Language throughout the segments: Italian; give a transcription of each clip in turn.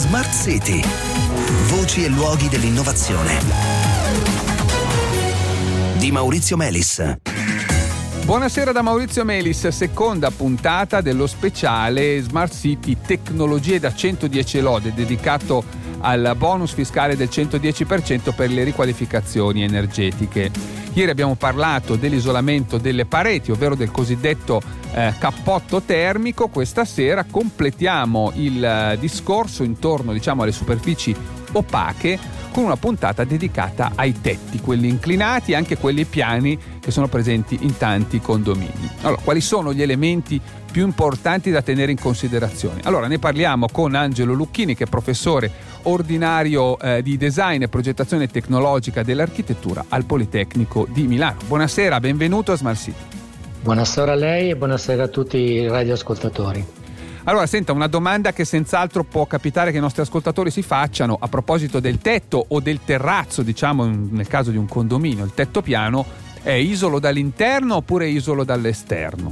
Smart City. Voci e luoghi dell'innovazione. Di Maurizio Melis. Buonasera da Maurizio Melis, seconda puntata dello speciale Smart City Tecnologie da 110 lode, dedicato al bonus fiscale del 110% per le riqualificazioni energetiche. Ieri abbiamo parlato dell'isolamento delle pareti, ovvero del cosiddetto cappotto termico. Questa sera completiamo il discorso intorno, alle superfici opache, con una puntata dedicata ai tetti, quelli inclinati e anche quelli piani che sono presenti in tanti condomini. Allora, quali sono gli elementi più importanti da tenere in considerazione? Allora, ne parliamo con Angelo Lucchini, che è professore ordinario di design e progettazione tecnologica dell'architettura al Politecnico di Milano. Buonasera, benvenuto a Smart City. Buonasera a lei e buonasera a tutti i radioascoltatori. Allora, senta, una domanda che senz'altro può capitare che i nostri ascoltatori si facciano a proposito del tetto o del terrazzo, nel caso di un condominio. Il tetto piano è isolo dall'interno oppure isolo dall'esterno?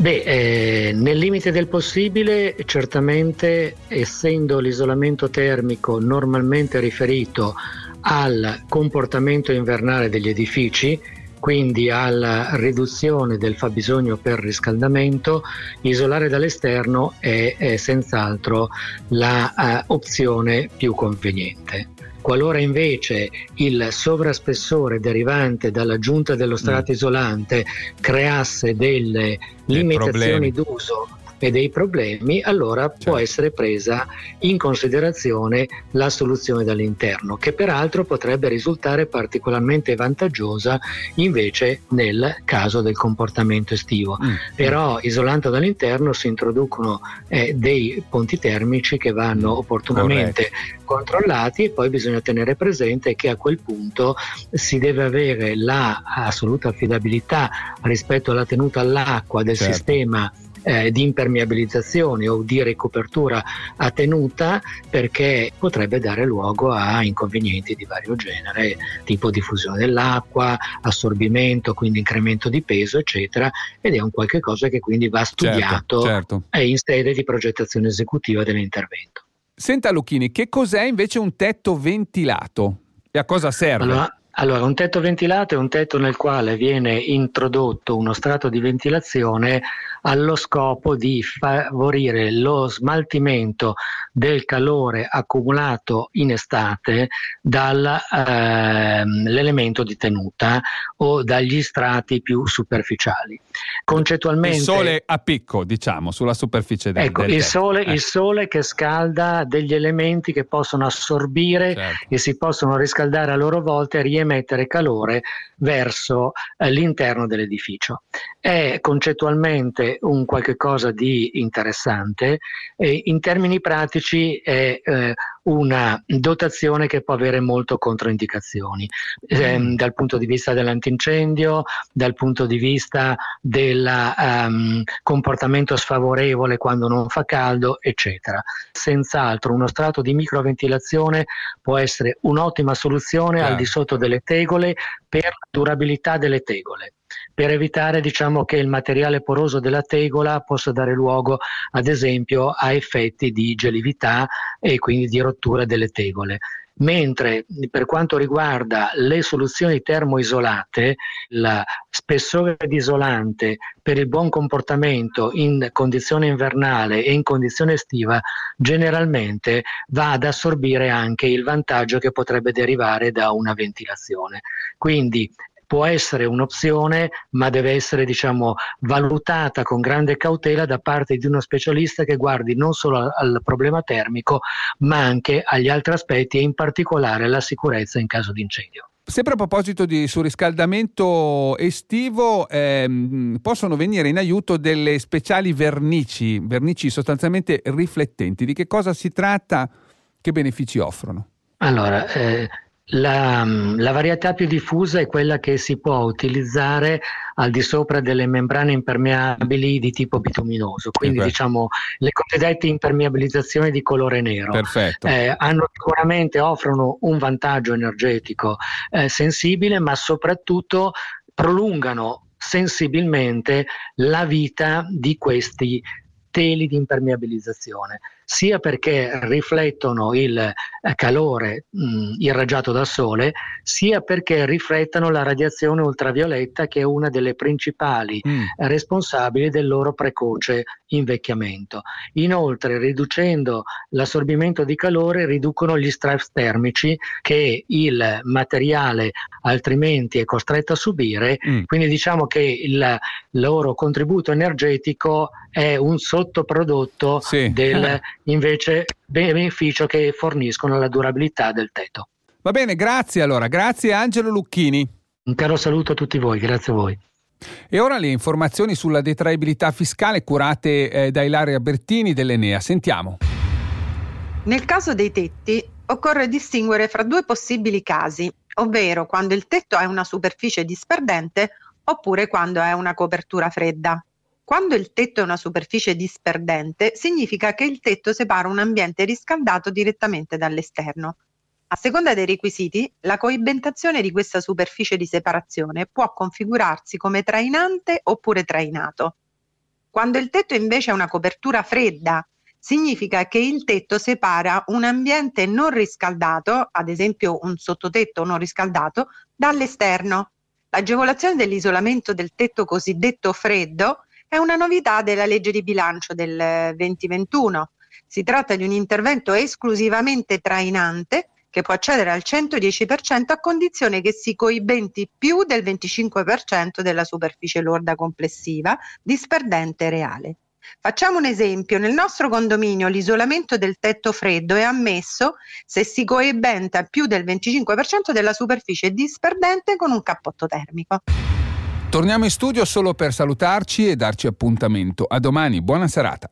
Nel limite del possibile, certamente, essendo l'isolamento termico normalmente riferito al comportamento invernale degli edifici, quindi alla riduzione del fabbisogno per riscaldamento, isolare dall'esterno è senz'altro la opzione più conveniente. Qualora invece il sovraspessore derivante dall'aggiunta dello strato isolante creasse delle limitazioni d'uso e dei problemi, allora può essere presa in considerazione la soluzione dall'interno, che peraltro potrebbe risultare particolarmente vantaggiosa invece nel caso del comportamento estivo. Però isolando dall'interno si introducono dei ponti termici che vanno opportunamente controllati, e poi bisogna tenere presente che a quel punto si deve avere la assoluta affidabilità rispetto alla tenuta all'acqua del sistema di impermeabilizzazione o di ricopertura a tenuta, perché potrebbe dare luogo a inconvenienti di vario genere, tipo diffusione dell'acqua, assorbimento, quindi incremento di peso, eccetera, ed è un qualche cosa che quindi va studiato in sede di progettazione esecutiva dell'intervento. Senta Lucchini, che cos'è invece un tetto ventilato e a cosa serve? Allora, un tetto ventilato è un tetto nel quale viene introdotto uno strato di ventilazione allo scopo di favorire lo smaltimento del calore accumulato in estate dall'elemento di tenuta o dagli strati più superficiali. Concettualmente, il sole a picco, sulla superficie del tetto. Il sole che scalda degli elementi che possono assorbire e si possono riscaldare a loro volta e riemettere calore verso l'interno dell'edificio. È concettualmente un qualche cosa di interessante, e in termini pratici è una dotazione che può avere molto controindicazioni dal punto di vista dell'antincendio, dal punto di vista del comportamento sfavorevole quando non fa caldo, eccetera. Senz'altro uno strato di microventilazione può essere un'ottima soluzione al di sotto delle tegole per la durabilità delle tegole, per evitare che il materiale poroso della tegola possa dare luogo ad esempio a effetti di gelività e quindi di rottura delle tegole. Mentre per quanto riguarda le soluzioni termoisolate, la spessore di isolante per il buon comportamento in condizione invernale e in condizione estiva generalmente va ad assorbire anche il vantaggio che potrebbe derivare da una ventilazione. Quindi può essere un'opzione, ma deve essere valutata con grande cautela da parte di uno specialista che guardi non solo al problema termico, ma anche agli altri aspetti e in particolare alla sicurezza in caso di incendio. Sempre a proposito di surriscaldamento estivo, possono venire in aiuto delle speciali vernici sostanzialmente riflettenti. Di che cosa si tratta? Che benefici offrono? Allora, la varietà più diffusa è quella che si può utilizzare al di sopra delle membrane impermeabili di tipo bituminoso, quindi le cosiddette impermeabilizzazioni di colore nero. Perfetto. Sicuramente offrono un vantaggio energetico sensibile, ma soprattutto prolungano sensibilmente la vita di questi teli di impermeabilizzazione, sia perché riflettono il calore irraggiato dal sole, sia perché riflettono la radiazione ultravioletta, che è una delle principali responsabili del loro precoce invecchiamento. Inoltre, riducendo l'assorbimento di calore, riducono gli stress termici che il materiale altrimenti è costretto a subire. Quindi diciamo che il loro contributo energetico è un sottoprodotto del invece beneficio che forniscono alla durabilità del tetto. Va bene, grazie allora, grazie Angelo Lucchini. Un caro saluto a tutti voi, grazie a voi. E ora le informazioni sulla detraibilità fiscale curate da Ilaria Bertini dell'Enea. Sentiamo. Nel caso dei tetti occorre distinguere fra due possibili casi, ovvero quando il tetto è una superficie disperdente oppure quando è una copertura fredda. Quando il tetto è una superficie disperdente, significa che il tetto separa un ambiente riscaldato direttamente dall'esterno. A seconda dei requisiti, la coibentazione di questa superficie di separazione può configurarsi come trainante oppure trainato. Quando il tetto invece è una copertura fredda, significa che il tetto separa un ambiente non riscaldato, ad esempio un sottotetto non riscaldato, dall'esterno. L'agevolazione dell'isolamento del tetto cosiddetto freddo è una novità della legge di bilancio del 2021. Si tratta di un intervento esclusivamente trainante che può accedere al 110% a condizione che si coibenti più del 25% della superficie lorda complessiva disperdente reale. Facciamo un esempio: nel nostro condominio l'isolamento del tetto freddo è ammesso se si coibenta più del 25% della superficie disperdente con un cappotto termico. Torniamo in studio solo per salutarci e darci appuntamento. A domani, buona serata.